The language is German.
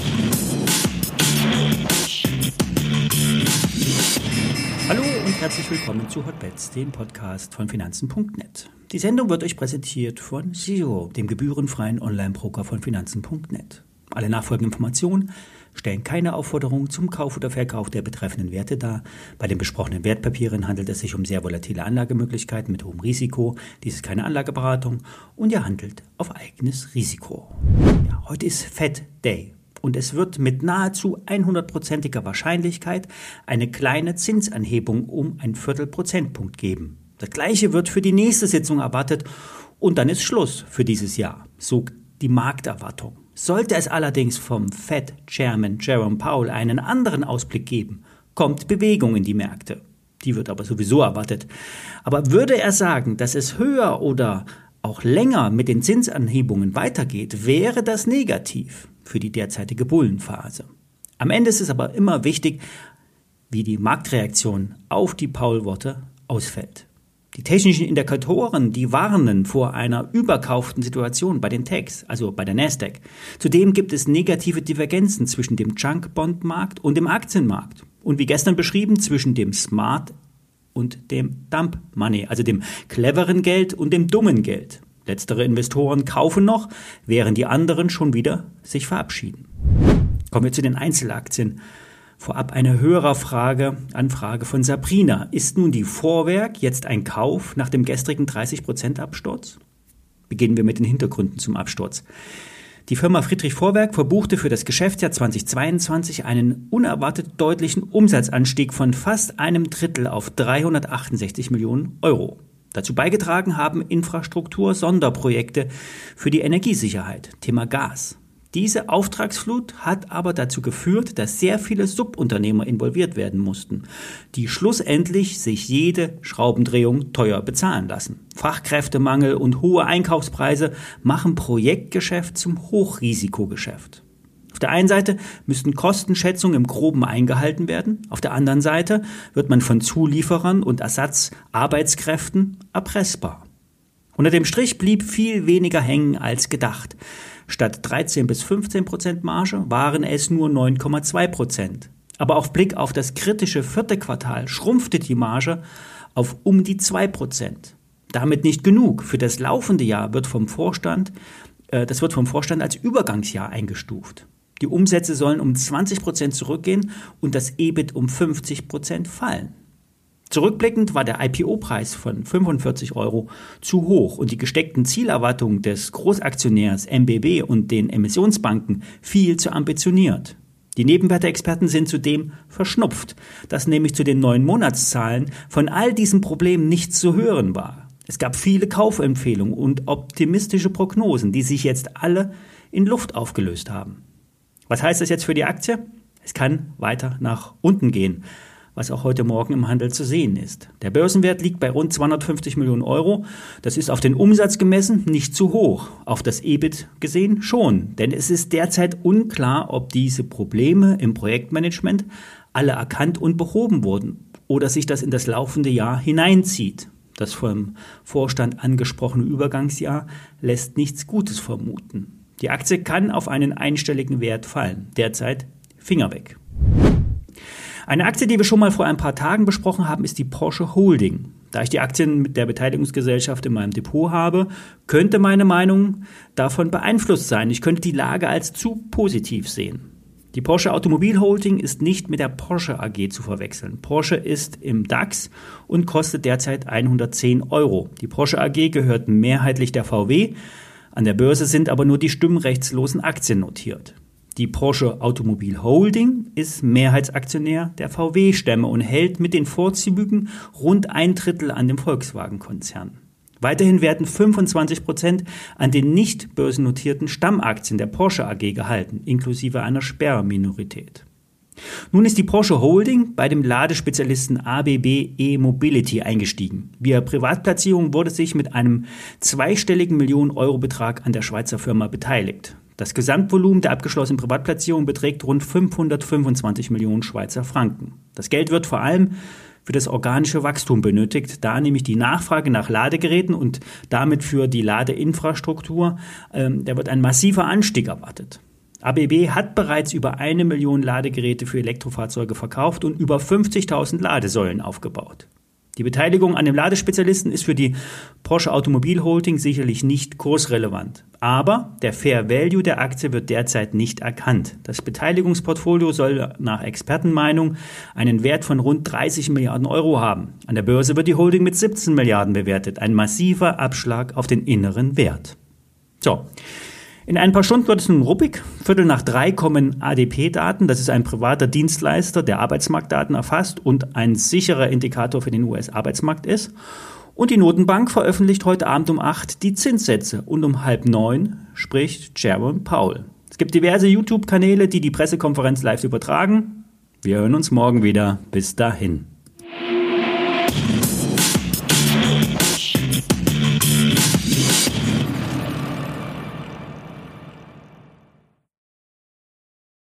Hallo und herzlich willkommen zu Hotbets, dem Podcast von Finanzen.net. Die Sendung wird euch präsentiert von Zero, dem gebührenfreien Online-Broker von Finanzen.net. Alle nachfolgenden Informationen stellen keine Aufforderung zum Kauf oder Verkauf der betreffenden Werte dar. Bei den besprochenen Wertpapieren handelt es sich um sehr volatile Anlagemöglichkeiten mit hohem Risiko. Dies ist keine Anlageberatung und ihr handelt auf eigenes Risiko. Ja, heute ist Fed Day. Und es wird mit nahezu 100%iger Wahrscheinlichkeit eine kleine Zinsanhebung um ein Viertelprozentpunkt geben. Das Gleiche wird für die nächste Sitzung erwartet und dann ist Schluss für dieses Jahr, so die Markterwartung. Sollte es allerdings vom Fed-Chairman Jerome Powell einen anderen Ausblick geben, kommt Bewegung in die Märkte. Die wird aber sowieso erwartet. Aber würde er sagen, dass es höher oder auch länger mit den Zinsanhebungen weitergeht, wäre das negativ für die derzeitige Bullenphase. Am Ende ist es aber immer wichtig, wie die Marktreaktion auf die Powell-Worte ausfällt. Die technischen Indikatoren, die warnen vor einer überkauften Situation bei den Techs, also bei der Nasdaq. Zudem gibt es negative Divergenzen zwischen dem Junk-Bond-Markt und dem Aktienmarkt. Und wie gestern beschrieben, zwischen dem Smart und dem Dump Money, also dem cleveren Geld und dem dummen Geld. Letztere Investoren kaufen noch, während die anderen schon wieder sich verabschieden. Kommen wir zu den Einzelaktien. Vorab eine Anfrage von Sabrina. Ist nun die Vorwerk jetzt ein Kauf nach dem gestrigen 30% Absturz? Beginnen wir mit den Hintergründen zum Absturz. Die Firma Friedrich Vorwerk verbuchte für das Geschäftsjahr 2022 einen unerwartet deutlichen Umsatzanstieg von fast einem Drittel auf 368 Millionen Euro. Dazu beigetragen haben Infrastruktur-Sonderprojekte für die Energiesicherheit, Thema Gas. Diese Auftragsflut hat aber dazu geführt, dass sehr viele Subunternehmer involviert werden mussten, die schlussendlich sich jede Schraubendrehung teuer bezahlen lassen. Fachkräftemangel und hohe Einkaufspreise machen Projektgeschäft zum Hochrisikogeschäft. Auf der einen Seite müssten Kostenschätzungen im Groben eingehalten werden, auf der anderen Seite wird man von Zulieferern und Ersatzarbeitskräften erpressbar. Unter dem Strich blieb viel weniger hängen als gedacht. Statt 13 bis 15% Marge waren es nur 9,2%. Aber auf Blick auf das kritische vierte Quartal schrumpfte die Marge auf um die 2%. Damit nicht genug. Für das laufende Jahr das wird vom Vorstand als Übergangsjahr eingestuft. Die Umsätze sollen um 20% zurückgehen und das EBIT um 50% fallen. Zurückblickend war der IPO-Preis von 45 Euro zu hoch und die gesteckten Zielerwartungen des Großaktionärs MBB und den Emissionsbanken viel zu ambitioniert. Die Nebenwerteexperten sind zudem verschnupft, dass nämlich zu den 9 Monatszahlen von all diesen Problemen nichts zu hören war. Es gab viele Kaufempfehlungen und optimistische Prognosen, die sich jetzt alle in Luft aufgelöst haben. Was heißt das jetzt für die Aktie? Es kann weiter nach unten gehen, was auch heute Morgen im Handel zu sehen ist. Der Börsenwert liegt bei rund 250 Millionen Euro. Das ist auf den Umsatz gemessen nicht zu hoch. Auf das EBIT gesehen schon. Denn es ist derzeit unklar, ob diese Probleme im Projektmanagement alle erkannt und behoben wurden oder sich das in das laufende Jahr hineinzieht. Das vom Vorstand angesprochene Übergangsjahr lässt nichts Gutes vermuten. Die Aktie kann auf einen einstelligen Wert fallen. Derzeit Finger weg. Eine Aktie, die wir schon mal vor ein paar Tagen besprochen haben, ist die Porsche Holding. Da ich die Aktien mit der Beteiligungsgesellschaft in meinem Depot habe, könnte meine Meinung davon beeinflusst sein. Ich könnte die Lage als zu positiv sehen. Die Porsche Automobil Holding ist nicht mit der Porsche AG zu verwechseln. Porsche ist im DAX und kostet derzeit 110 Euro. Die Porsche AG gehört mehrheitlich der VW. An der Börse sind aber nur die stimmrechtslosen Aktien notiert. Die Porsche Automobil Holding ist Mehrheitsaktionär der VW-Stämme und hält mit den Vorzügen rund ein Drittel an dem Volkswagen-Konzern. Weiterhin werden 25% an den nicht börsennotierten Stammaktien der Porsche AG gehalten, inklusive einer Sperrminorität. Nun ist die Porsche Holding bei dem Ladespezialisten ABB E-Mobility eingestiegen. Via Privatplatzierung wurde sich mit einem zweistelligen Millionen-Euro-Betrag an der Schweizer Firma beteiligt. Das Gesamtvolumen der abgeschlossenen Privatplatzierung beträgt rund 525 Millionen Schweizer Franken. Das Geld wird vor allem für das organische Wachstum benötigt, da nämlich die Nachfrage nach Ladegeräten und damit für die Ladeinfrastruktur, da wird ein massiver Anstieg erwartet. ABB hat bereits über 1 Million Ladegeräte für Elektrofahrzeuge verkauft und über 50.000 Ladesäulen aufgebaut. Die Beteiligung an dem Ladespezialisten ist für die Porsche Automobil Holding sicherlich nicht kursrelevant. Aber der Fair Value der Aktie wird derzeit nicht erkannt. Das Beteiligungsportfolio soll nach Expertenmeinung einen Wert von rund 30 Milliarden Euro haben. An der Börse wird die Holding mit 17 Milliarden bewertet. Ein massiver Abschlag auf den inneren Wert. So. In ein paar Stunden wird es nun ruppig. 2:45 kommen ADP-Daten. Das ist ein privater Dienstleister, der Arbeitsmarktdaten erfasst und ein sicherer Indikator für den US-Arbeitsmarkt ist. Und die Notenbank veröffentlicht heute Abend um 8 die Zinssätze und um 8:30 spricht Jerome Powell. Es gibt diverse YouTube-Kanäle, die die Pressekonferenz live übertragen. Wir hören uns morgen wieder. Bis dahin.